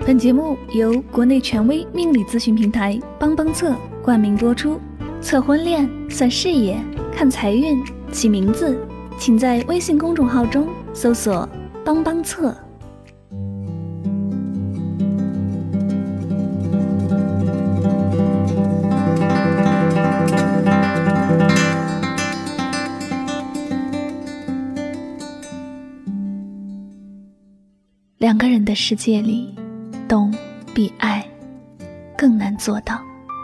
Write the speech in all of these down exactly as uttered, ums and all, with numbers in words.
本节目由国内权威命理咨询平台帮帮测冠名播出。测婚恋、算事业、看财运、起名字，请在微信公众号中搜索帮帮测。两个人的世界里，懂比爱更难做到。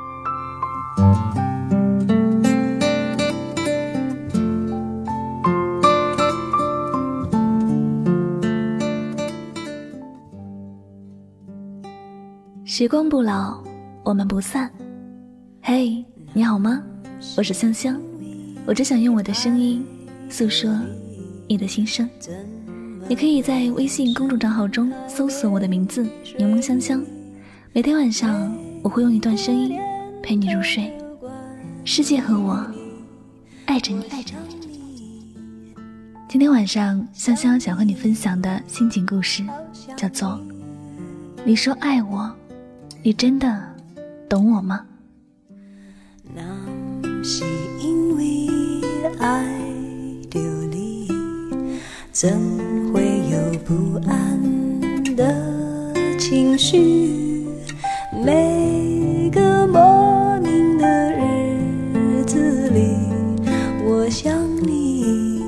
时光不老，我们不散。嘿，你好吗？我是香香，我只想用我的声音诉说你的心声。你可以在微信公众账号中搜索我的名字柠檬香香，每天晚上我会用一段声音陪你入睡。世界和我爱着你。今天晚上香香想和你分享的心情故事叫做你说爱我，你真的懂我吗？ 那是因为爱流离，怎会有不安的情绪？每个莫名的日子里，我想你。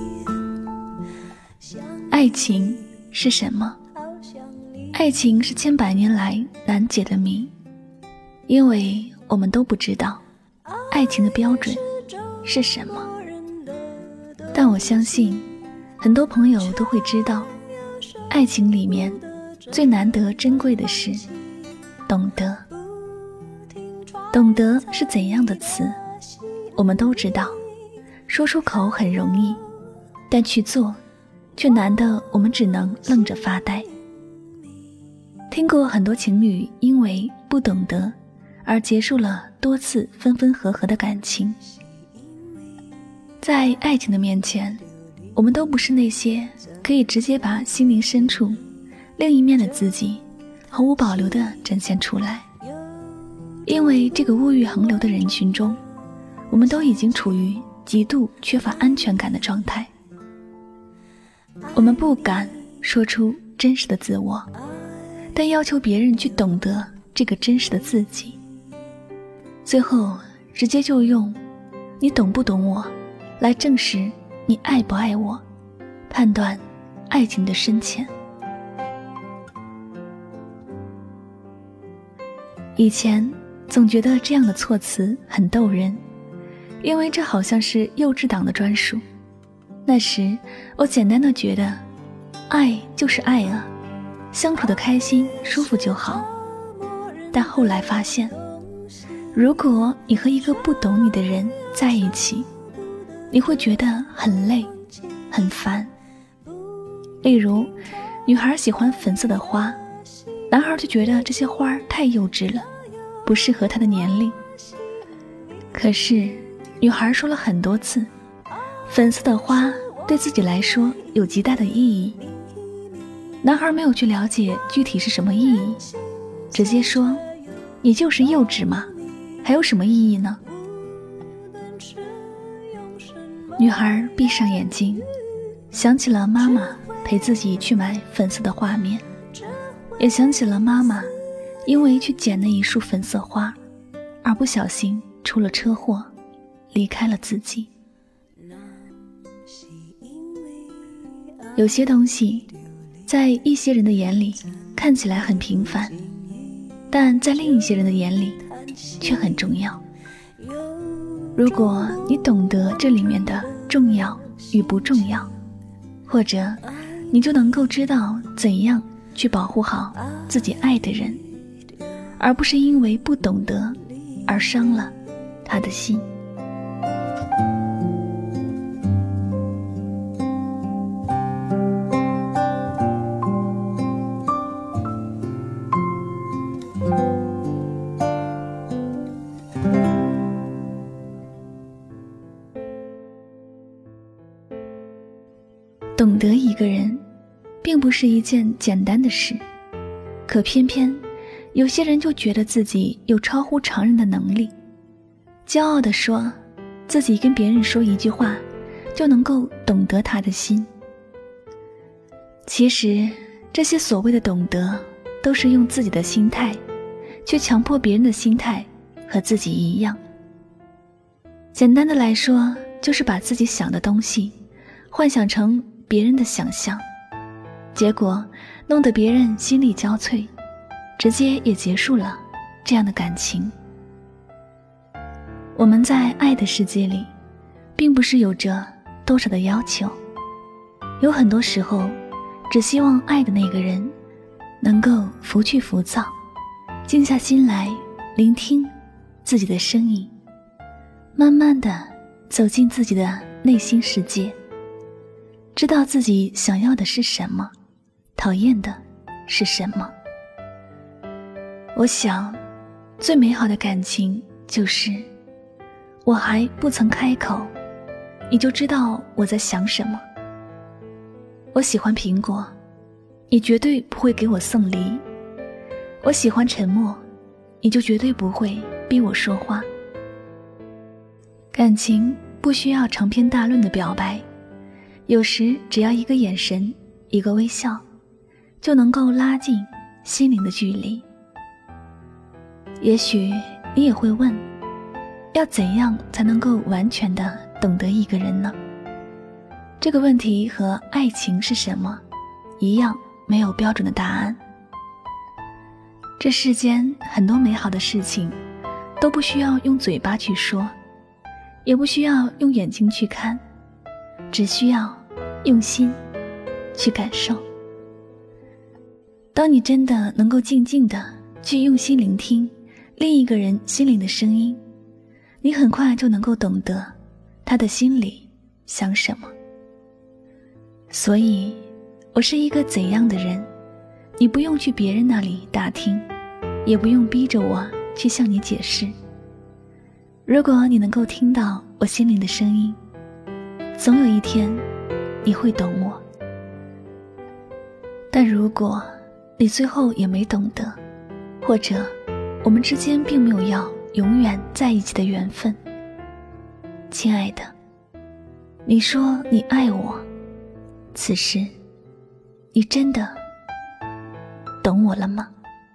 爱情是什么？爱情是千百年来难解的谜，因为我们都不知道爱情的标准是什么。但我相信很多朋友都会知道，爱情里面最难得珍贵的是懂得。懂得是怎样的词？我们都知道，说出口很容易，但去做却难得我们只能愣着发呆。听过很多情侣因为不懂得而结束了多次分分合合的感情。在爱情的面前，我们都不是那些可以直接把心灵深处另一面的自己毫无保留地展现出来。因为这个物欲横流的人群中，我们都已经处于极度缺乏安全感的状态。我们不敢说出真实的自我，但要求别人去懂得这个真实的自己，最后直接就用你懂不懂我来证实你爱不爱我，判断爱情的深浅。以前总觉得这样的措辞很逗人，因为这好像是幼稚党的专属。那时我简单的觉得爱就是爱啊，相处的开心舒服就好。但后来发现，如果你和一个不懂你的人在一起，你会觉得很累很烦。例如女孩喜欢粉色的花，男孩就觉得这些花太幼稚了，不适合他的年龄。可是女孩说了很多次，粉色的花对自己来说有极大的意义。男孩没有去了解具体是什么意义，直接说你就是幼稚嘛，还有什么意义呢？女孩闭上眼睛，想起了妈妈陪自己去买粉色的画面，也想起了妈妈因为去捡那一束粉色花而不小心出了车祸，离开了自己。有些东西在一些人的眼里看起来很平凡，但在另一些人的眼里却很重要。如果你懂得这里面的重要与不重要，或者你就能够知道怎样去保护好自己爱的人，而不是因为不懂得而伤了他的心。懂得一个人并不是一件简单的事， 可偏偏有些人就觉得自己有超乎常人的能力，骄傲地说自己跟别人说一句话就能够懂得他的心。其实这些所谓的懂得，都是用自己的心态去强迫别人的心态和自己一样。简单的来说，就是把自己想的东西幻想成别人的想象，结果弄得别人心力交瘁，直接也结束了这样的感情。我们在爱的世界里，并不是有着多少的要求，有很多时候只希望爱的那个人能够拂去浮躁，静下心来聆听自己的声音，慢慢地走进自己的内心世界，知道自己想要的是什么，讨厌的是什么。我想最美好的感情就是我还不曾开口，你就知道我在想什么。我喜欢苹果，你绝对不会给我送梨。我喜欢沉默，你就绝对不会逼我说话。感情不需要长篇大论的表白，有时只要一个眼神，一个微笑，就能够拉近心灵的距离。也许你也会问，要怎样才能够完全的懂得一个人呢？这个问题和爱情是什么一样，没有标准的答案。这世间很多美好的事情都不需要用嘴巴去说，也不需要用眼睛去看，只需要用心去感受。当你真的能够静静的去用心聆听另一个人心灵的声音，你很快就能够懂得他的心里想什么。所以我是一个怎样的人，你不用去别人那里打听，也不用逼着我去向你解释。如果你能够听到我心灵的声音，总有一天你会懂我。但如果你最后也没懂得，或者我们之间并没有要永远在一起的缘分，亲爱的，你说你爱我，此时你真的懂我了吗？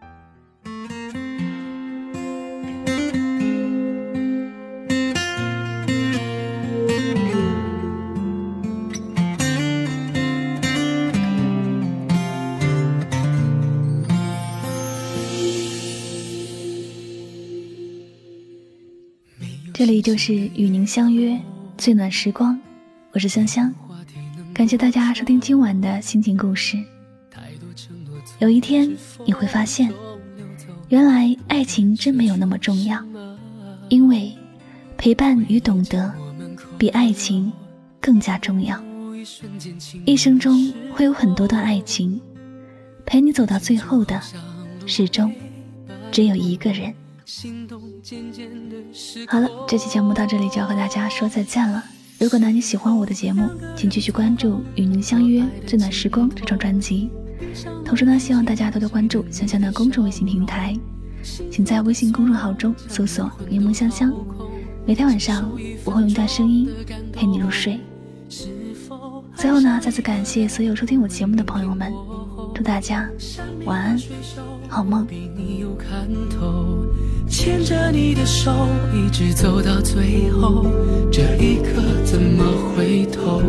这里就是与您相约最暖时光，我是香香，感谢大家收听今晚的心情故事。有一天你会发现，原来爱情真没有那么重要，因为陪伴与懂得比爱情更加重要。一生中会有很多的爱情，陪你走到最后的始终只有一个人。好了，这期节目到这里就要和大家说再见了。如果呢你喜欢我的节目，请继续关注与您相约最暖时光这张专辑，同时呢希望大家多多关注香香的公众微信平台，请在微信公众号中搜索柠檬香香，每天晚上我会用一段声音陪你入睡。最后呢再次感谢所有收听我节目的朋友们，祝大家晚安好梦。 牵着你的手一直走到最后，这一刻怎么回头？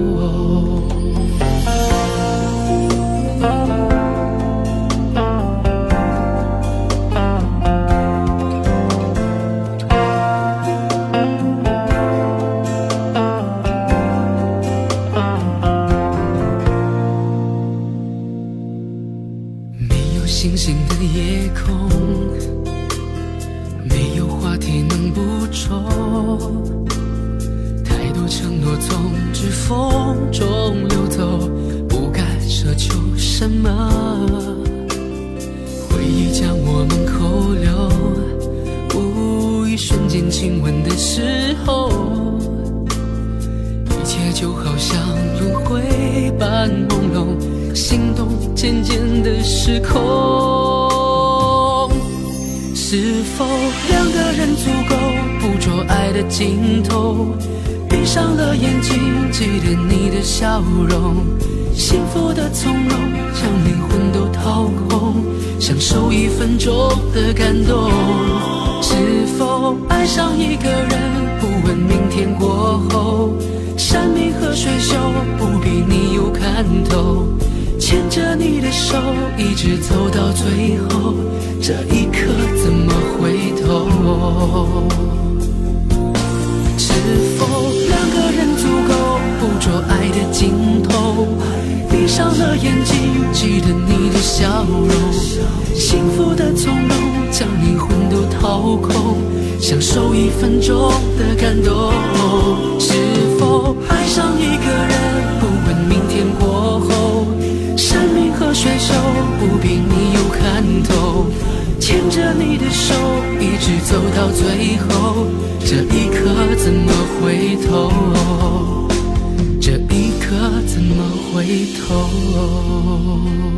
没有星星的夜空，没有话题能捕捉，太多承诺从指缝中流走，不该奢求什么。回忆将我们扣留，无一瞬间亲吻的时候，一切就好像轮回般朦胧，心动渐渐的失控。 是否两个人足够捕捉爱的尽头？闭上了眼睛，记得你的笑容，幸福的从容，将灵魂都掏空，享受一分钟的感动。是否爱上一个人，不问明天过后，山明和水秀，不比你有看头，牵着你的手，一直走到最后，这一刻怎么回头？是否两个人足够捕捉爱的尽头？闭上了眼睛，记得你的笑容，幸福的从容，将灵魂都掏空，享受一分钟的感动。是否爱上一个人，不问明天过后，山明和水秀，不比你有看头，牵着你的手，一直走到最后，这一刻怎么回头？这一刻怎么回头？